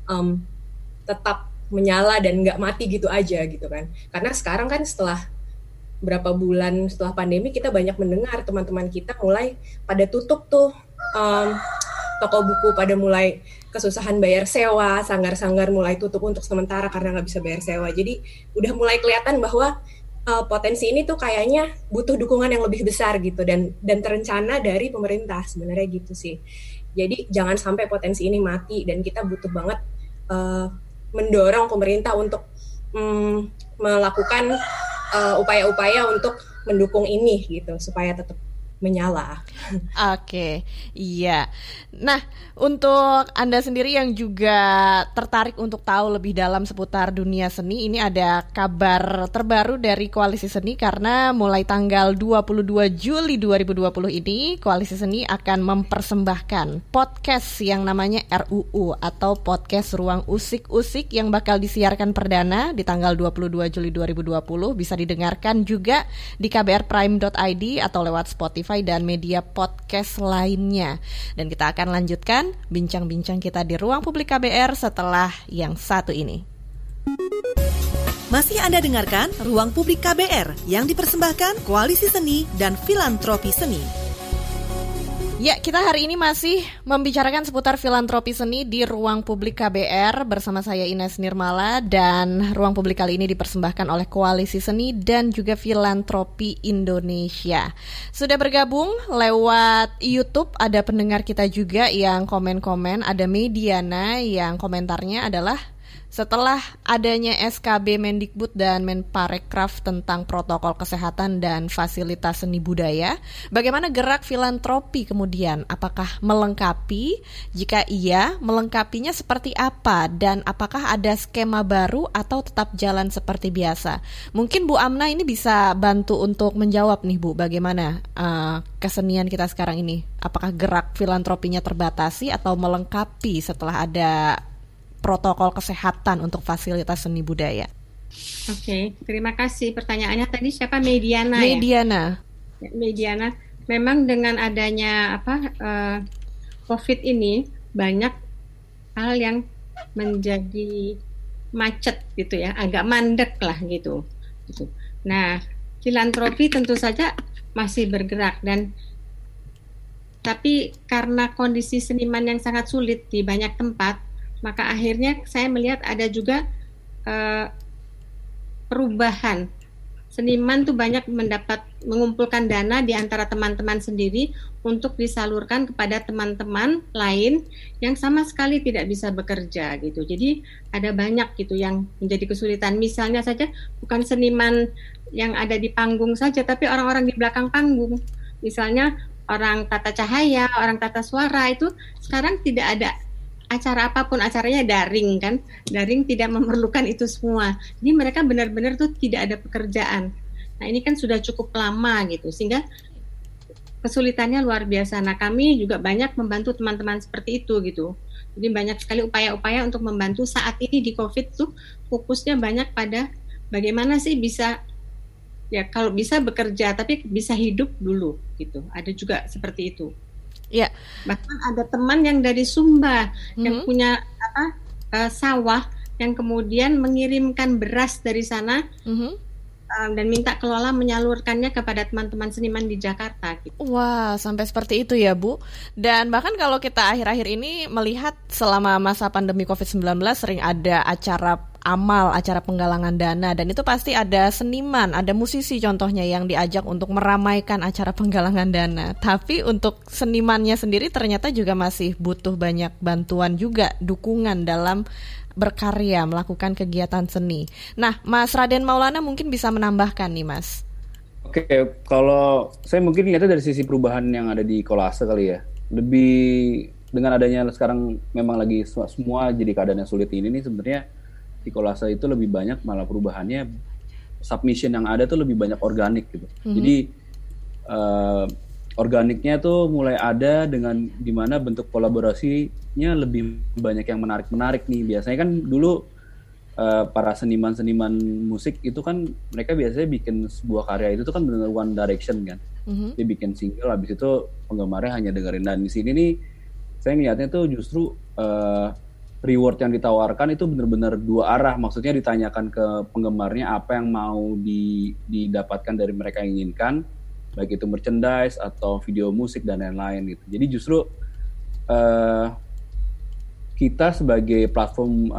Speaker 6: tetap menyala dan nggak mati gitu aja gitu kan. Karena sekarang kan setelah berapa bulan setelah pandemi kita banyak mendengar teman-teman kita mulai pada tutup tuh, toko buku pada mulai kesusahan bayar sewa, sanggar-sanggar mulai tutup untuk sementara karena nggak bisa bayar sewa. Jadi udah mulai kelihatan bahwa potensi ini tuh kayaknya butuh dukungan yang lebih besar gitu dan terencana dari pemerintah sebenarnya gitu sih. Jadi jangan sampai potensi ini mati dan kita butuh banget mendorong pemerintah untuk melakukan upaya-upaya untuk mendukung ini gitu supaya tetap menyala.
Speaker 3: Oke, iya. Nah, untuk Anda sendiri yang juga tertarik untuk tahu lebih dalam seputar dunia seni, ini ada kabar terbaru dari Koalisi Seni karena mulai tanggal 22 Juli 2020 ini Koalisi Seni akan mempersembahkan podcast yang namanya RUU atau Podcast Ruang Usik-Usik yang bakal disiarkan perdana di tanggal 22 Juli 2020, bisa didengarkan juga di kbrprime.id atau lewat Spotify dan media podcast lainnya. Dan kita akan lanjutkan bincang-bincang kita di Ruang Publik KBR setelah yang satu ini.
Speaker 2: Masih Anda dengarkan Ruang Publik KBR yang dipersembahkan Koalisi Seni dan Filantropi Seni.
Speaker 3: Ya, kita hari ini masih membicarakan seputar filantropi seni di Ruang Publik KBR bersama saya Ines Nirmala, dan Ruang Publik kali ini dipersembahkan oleh Koalisi Seni dan juga Filantropi Indonesia. Sudah bergabung lewat YouTube, ada pendengar kita juga yang komen-komen, ada Mediana yang komentarnya adalah setelah adanya SKB Mendikbud dan Menparekraf tentang protokol kesehatan dan fasilitas seni budaya, bagaimana gerak filantropi kemudian? Apakah melengkapi? Jika iya, melengkapinya seperti apa? Dan apakah ada skema baru atau tetap jalan seperti biasa? Mungkin Bu Amna ini bisa bantu untuk menjawab nih Bu, bagaimana kesenian kita sekarang ini? Apakah gerak filantropinya terbatasi atau melengkapi setelah ada protokol kesehatan untuk fasilitas seni budaya?
Speaker 4: Oke, terima kasih. Pertanyaannya tadi siapa? Mediana. Ya? Mediana. Memang dengan adanya COVID ini banyak hal yang menjadi macet gitu ya, agak mandek lah gitu. Nah, filantropi tentu saja masih bergerak tapi karena kondisi seniman yang sangat sulit di banyak tempat, maka akhirnya saya melihat ada juga perubahan. Seniman tuh banyak mengumpulkan dana di antara teman-teman sendiri untuk disalurkan kepada teman-teman lain yang sama sekali tidak bisa bekerja gitu. Jadi ada banyak gitu yang menjadi kesulitan. Misalnya saja bukan seniman yang ada di panggung saja, tapi orang-orang di belakang panggung. Misalnya orang tata cahaya, orang tata suara itu sekarang tidak ada acara apapun, acaranya daring kan, daring tidak memerlukan itu semua. Jadi mereka benar-benar tuh tidak ada pekerjaan. Nah ini kan sudah cukup lama gitu, sehingga kesulitannya luar biasa. Nah kami juga banyak membantu teman-teman seperti itu gitu. Jadi banyak sekali upaya-upaya untuk membantu saat ini di COVID tuh fokusnya banyak pada bagaimana sih bisa, ya kalau bisa bekerja tapi bisa hidup dulu gitu. Ada juga seperti itu.
Speaker 3: Ya.
Speaker 4: Bahkan ada teman yang dari Sumba yang punya sawah yang kemudian mengirimkan beras dari sana dan minta kelola menyalurkannya kepada teman-teman seniman di Jakarta. Gitu.
Speaker 3: Wah, sampai seperti itu ya Bu. Dan bahkan kalau kita akhir-akhir ini melihat selama masa pandemi COVID-19 sering ada acara amal, acara penggalangan dana, dan itu pasti ada seniman, ada musisi contohnya yang diajak untuk meramaikan acara penggalangan dana. Tapi untuk senimannya sendiri ternyata juga masih butuh banyak bantuan juga, dukungan dalam berkarya, melakukan kegiatan seni. Nah, Mas Raden Maulana mungkin bisa menambahkan nih Mas.
Speaker 5: Oke, kalau saya mungkin lihatnya dari sisi perubahan yang ada di Kolase kali ya. Lebih dengan adanya sekarang memang lagi semua jadi keadaan yang sulit ini nih, sebenarnya di Kolase itu lebih banyak malah perubahannya, submission yang ada tuh lebih banyak organik gitu. Jadi organiknya tuh mulai ada dengan dimana bentuk kolaborasinya lebih banyak yang menarik nih. Biasanya kan dulu para seniman musik itu kan mereka biasanya bikin sebuah karya itu tuh kan benar one direction kan. Dia bikin single, habis itu penggemarnya hanya dengerin. Dan di sini nih saya ngeliatnya tuh justru reward yang ditawarkan itu benar-benar dua arah. Maksudnya ditanyakan ke penggemarnya apa yang mau didapatkan dari mereka yang inginkan, baik itu merchandise atau video musik dan lain-lain gitu. Jadi justru kita sebagai platform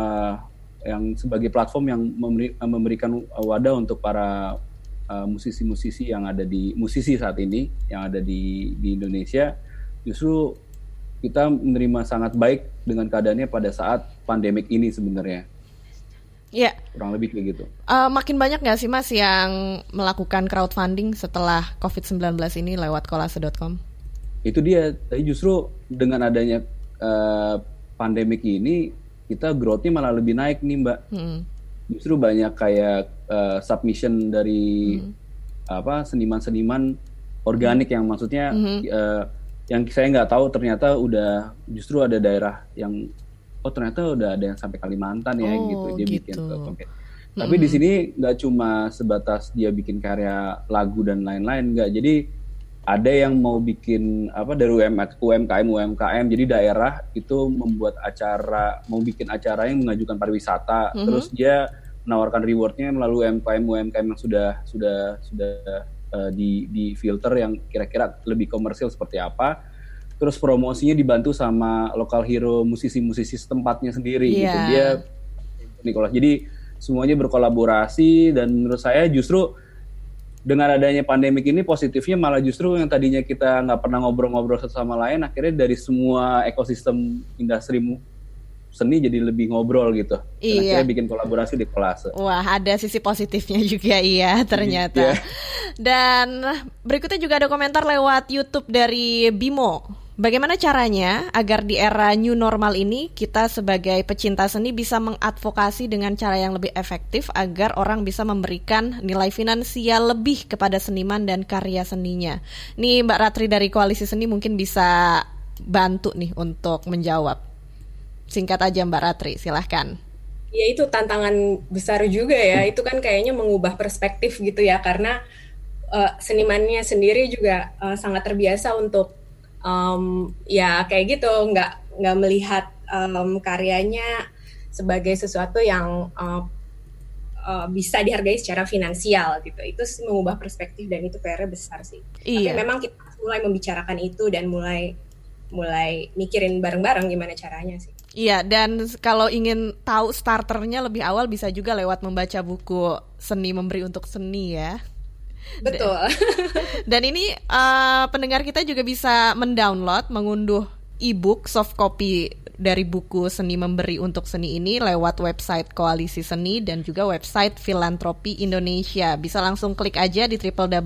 Speaker 5: yang memberikan wadah untuk para musisi-musisi yang ada di saat ini yang ada di Indonesia, justru kita menerima sangat baik dengan keadaannya pada saat pandemik ini sebenarnya.
Speaker 3: Iya.
Speaker 5: Kurang lebih kayak gitu.
Speaker 3: Makin banyak nggak sih Mas yang melakukan crowdfunding setelah COVID-19 ini lewat kolase.com?
Speaker 5: Itu dia. Tapi justru dengan adanya pandemik ini, kita growth-nya malah lebih naik nih Mbak. Justru banyak kayak submission dari seniman-seniman organik yang maksudnya yang saya nggak tahu ternyata udah justru ada daerah yang ternyata udah ada yang sampai Kalimantan ya gitu dia bikin. Tapi di sini nggak cuma sebatas dia bikin karya lagu dan lain-lain, nggak. Jadi ada yang mau bikin dari UMKM jadi daerah itu membuat mau bikin acara yang mengajukan pariwisata, terus dia menawarkan rewardnya melalui UMKM yang sudah di filter yang kira-kira lebih komersil seperti apa, terus promosinya dibantu sama local hero musisi-musisi setempatnya sendiri gitu. Dia Nicholas, jadi semuanya berkolaborasi, dan menurut saya justru dengan adanya pandemik ini positifnya malah justru yang tadinya kita nggak pernah ngobrol-ngobrol satu sama lain, akhirnya dari semua ekosistem industri seni jadi lebih ngobrol gitu. Dan akhirnya bikin kolaborasi di Kolase.
Speaker 3: Wah, ada sisi positifnya juga ternyata. Dan berikutnya juga ada komentar lewat YouTube dari Bimo. Bagaimana caranya agar di era new normal ini kita sebagai pecinta seni bisa mengadvokasi dengan cara yang lebih efektif agar orang bisa memberikan nilai finansial lebih kepada seniman dan karya seninya? Nih Mbak Ratri dari Koalisi Seni mungkin bisa bantu nih untuk menjawab. Singkat aja Mbak Ratri, silahkan.
Speaker 6: Ya itu tantangan besar juga ya, itu kan kayaknya mengubah perspektif gitu ya, karena senimannya sendiri juga sangat terbiasa untuk ya kayak gitu, nggak melihat karyanya sebagai sesuatu yang bisa dihargai secara finansial gitu. Itu mengubah perspektif dan itu PR-nya besar sih. Tapi memang kita mulai membicarakan itu dan mulai mikirin bareng-bareng gimana caranya sih.
Speaker 3: Iya, dan kalau ingin tahu starternya lebih awal bisa juga lewat membaca buku Seni Memberi Untuk Seni ya.
Speaker 6: Betul.
Speaker 3: Dan ini pendengar kita juga bisa mendownload, mengunduh e-book soft copy dari buku Seni Memberi Untuk Seni ini lewat website Koalisi Seni dan juga website Filantropi Indonesia. Bisa langsung klik aja di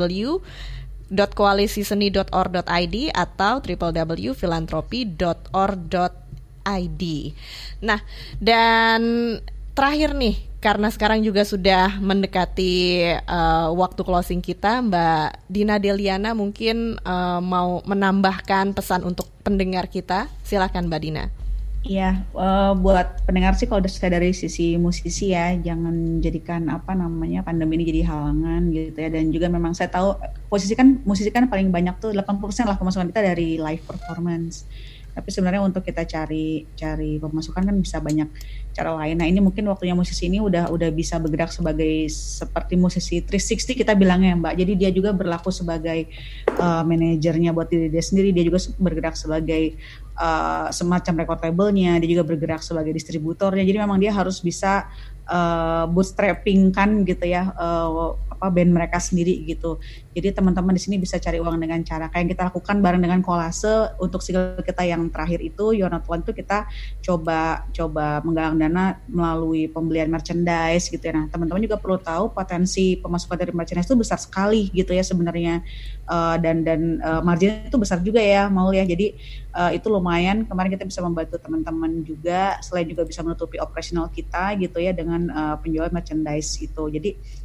Speaker 3: www.koalisiseni.org.id atau www.filantropi.org.id. Nah, dan terakhir nih, karena sekarang juga sudah mendekati waktu closing kita, Mbak Dina Deliana mungkin mau menambahkan pesan untuk pendengar kita. Silakan Mbak Dina.
Speaker 7: Iya, buat pendengar sih kalau saya dari sisi musisi ya, jangan jadikan pandemi ini jadi halangan gitu ya. Dan juga memang saya tahu musisi kan paling banyak tuh 80% lah pemasukan kita dari live performance. Tapi sebenarnya untuk kita cari pemasukan kan bisa banyak cara lain. Nah ini mungkin waktunya musisi ini udah bisa bergerak seperti musisi 360 kita bilangnya Mbak. Jadi dia juga berlaku sebagai manajernya buat diri dia sendiri. Dia juga bergerak sebagai semacam record labelnya. Dia juga bergerak sebagai distributornya. Jadi memang dia harus bisa bootstrapping kan gitu ya band mereka sendiri gitu. Jadi teman-teman di sini bisa cari uang dengan cara kayak yang kita lakukan bareng dengan Kolase. Untuk single kita yang terakhir itu You're Not Alone itu kita coba menggalang dana melalui pembelian merchandise gitu ya. Nah teman-teman juga perlu tahu potensi pemasukan dari merchandise itu besar sekali gitu ya sebenarnya, dan margin itu besar juga ya ya. Jadi itu lumayan, kemarin kita bisa membantu teman-teman juga, selain juga bisa menutupi operasional kita gitu ya dengan penjualan merchandise gitu. Jadi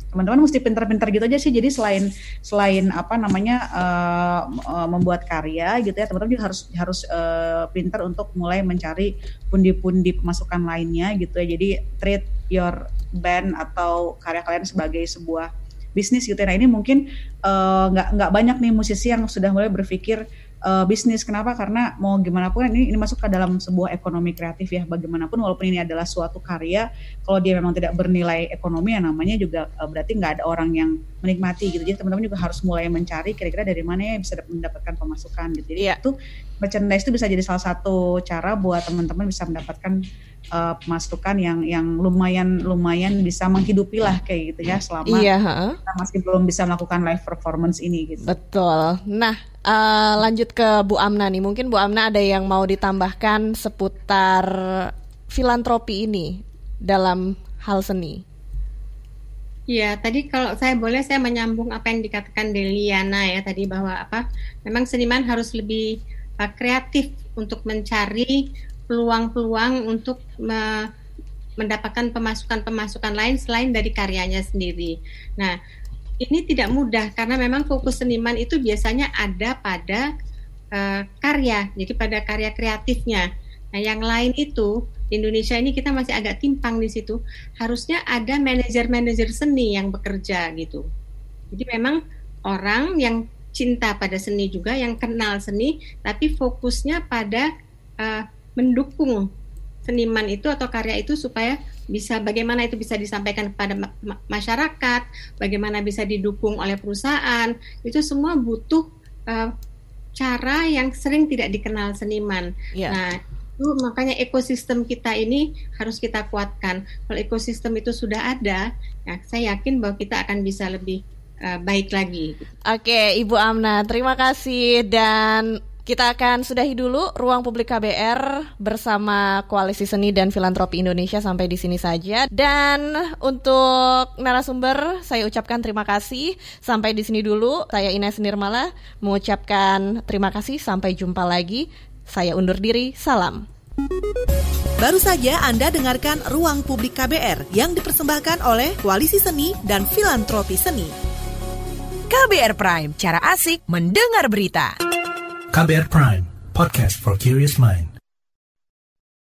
Speaker 7: teman-teman mesti pintar-pintar gitu aja sih. Jadi selain apa namanya membuat karya gitu ya, teman-teman juga harus pintar untuk mulai mencari pundi-pundi pemasukan lainnya gitu ya. Jadi treat your band atau karya kalian sebagai sebuah bisnis gitu ya. Nah ini mungkin nggak banyak nih musisi yang sudah mulai berpikir bisnis. Kenapa? Karena mau gimana pun ini masuk ke dalam sebuah ekonomi kreatif ya. Bagaimanapun walaupun ini adalah suatu karya, kalau dia memang tidak bernilai ekonomi ya namanya juga berarti nggak ada orang yang menikmati gitu. Jadi teman-teman juga harus mulai mencari kira-kira dari mana ya bisa mendapatkan pemasukan gitu. Jadi itu merchandise itu bisa jadi salah satu cara buat teman-teman bisa mendapatkan pemasukan yang lumayan bisa menghidupi lah kayak gitu ya selama kita masih belum bisa melakukan live performance ini gitu.
Speaker 3: Betul. Nah, lanjut ke Bu Amna nih. Mungkin Bu Amna ada yang mau ditambahkan seputar filantropi ini dalam hal seni.
Speaker 4: Ya, tadi kalau saya boleh saya menyambung apa yang dikatakan Deliana ya tadi bahwa memang seniman harus lebih kreatif untuk mencari peluang-peluang untuk mendapatkan pemasukan lain selain dari karyanya sendiri. Nah, ini tidak mudah karena memang fokus seniman itu biasanya ada pada karya, jadi pada karya kreatifnya. Nah, yang lain itu di Indonesia ini kita masih agak timpang di situ. Harusnya ada manajer-manajer seni yang bekerja gitu. Jadi memang orang yang cinta pada seni juga, yang kenal seni, tapi fokusnya pada mendukung seniman itu atau karya itu supaya bagaimana itu bisa disampaikan kepada masyarakat, bagaimana bisa didukung oleh perusahaan, itu semua butuh cara yang sering tidak dikenal seniman. Nah, itu makanya ekosistem kita ini harus kita kuatkan. Kalau ekosistem itu sudah ada, ya saya yakin bahwa kita akan bisa lebih baik lagi.
Speaker 3: Oke, Ibu Amna, terima kasih dan kita akan sudahi dulu Ruang Publik KBR bersama Koalisi Seni dan Filantropi Indonesia sampai di sini saja. Dan untuk narasumber saya ucapkan terima kasih. Sampai di sini dulu. Saya Ines Nirmala mengucapkan terima kasih. Sampai jumpa lagi. Saya undur diri. Salam.
Speaker 2: Baru saja Anda dengarkan Ruang Publik KBR yang dipersembahkan oleh Koalisi Seni dan Filantropi Seni.
Speaker 11: KBR Prime, cara asik mendengar berita.
Speaker 12: KBR Prime, podcast for curious mind.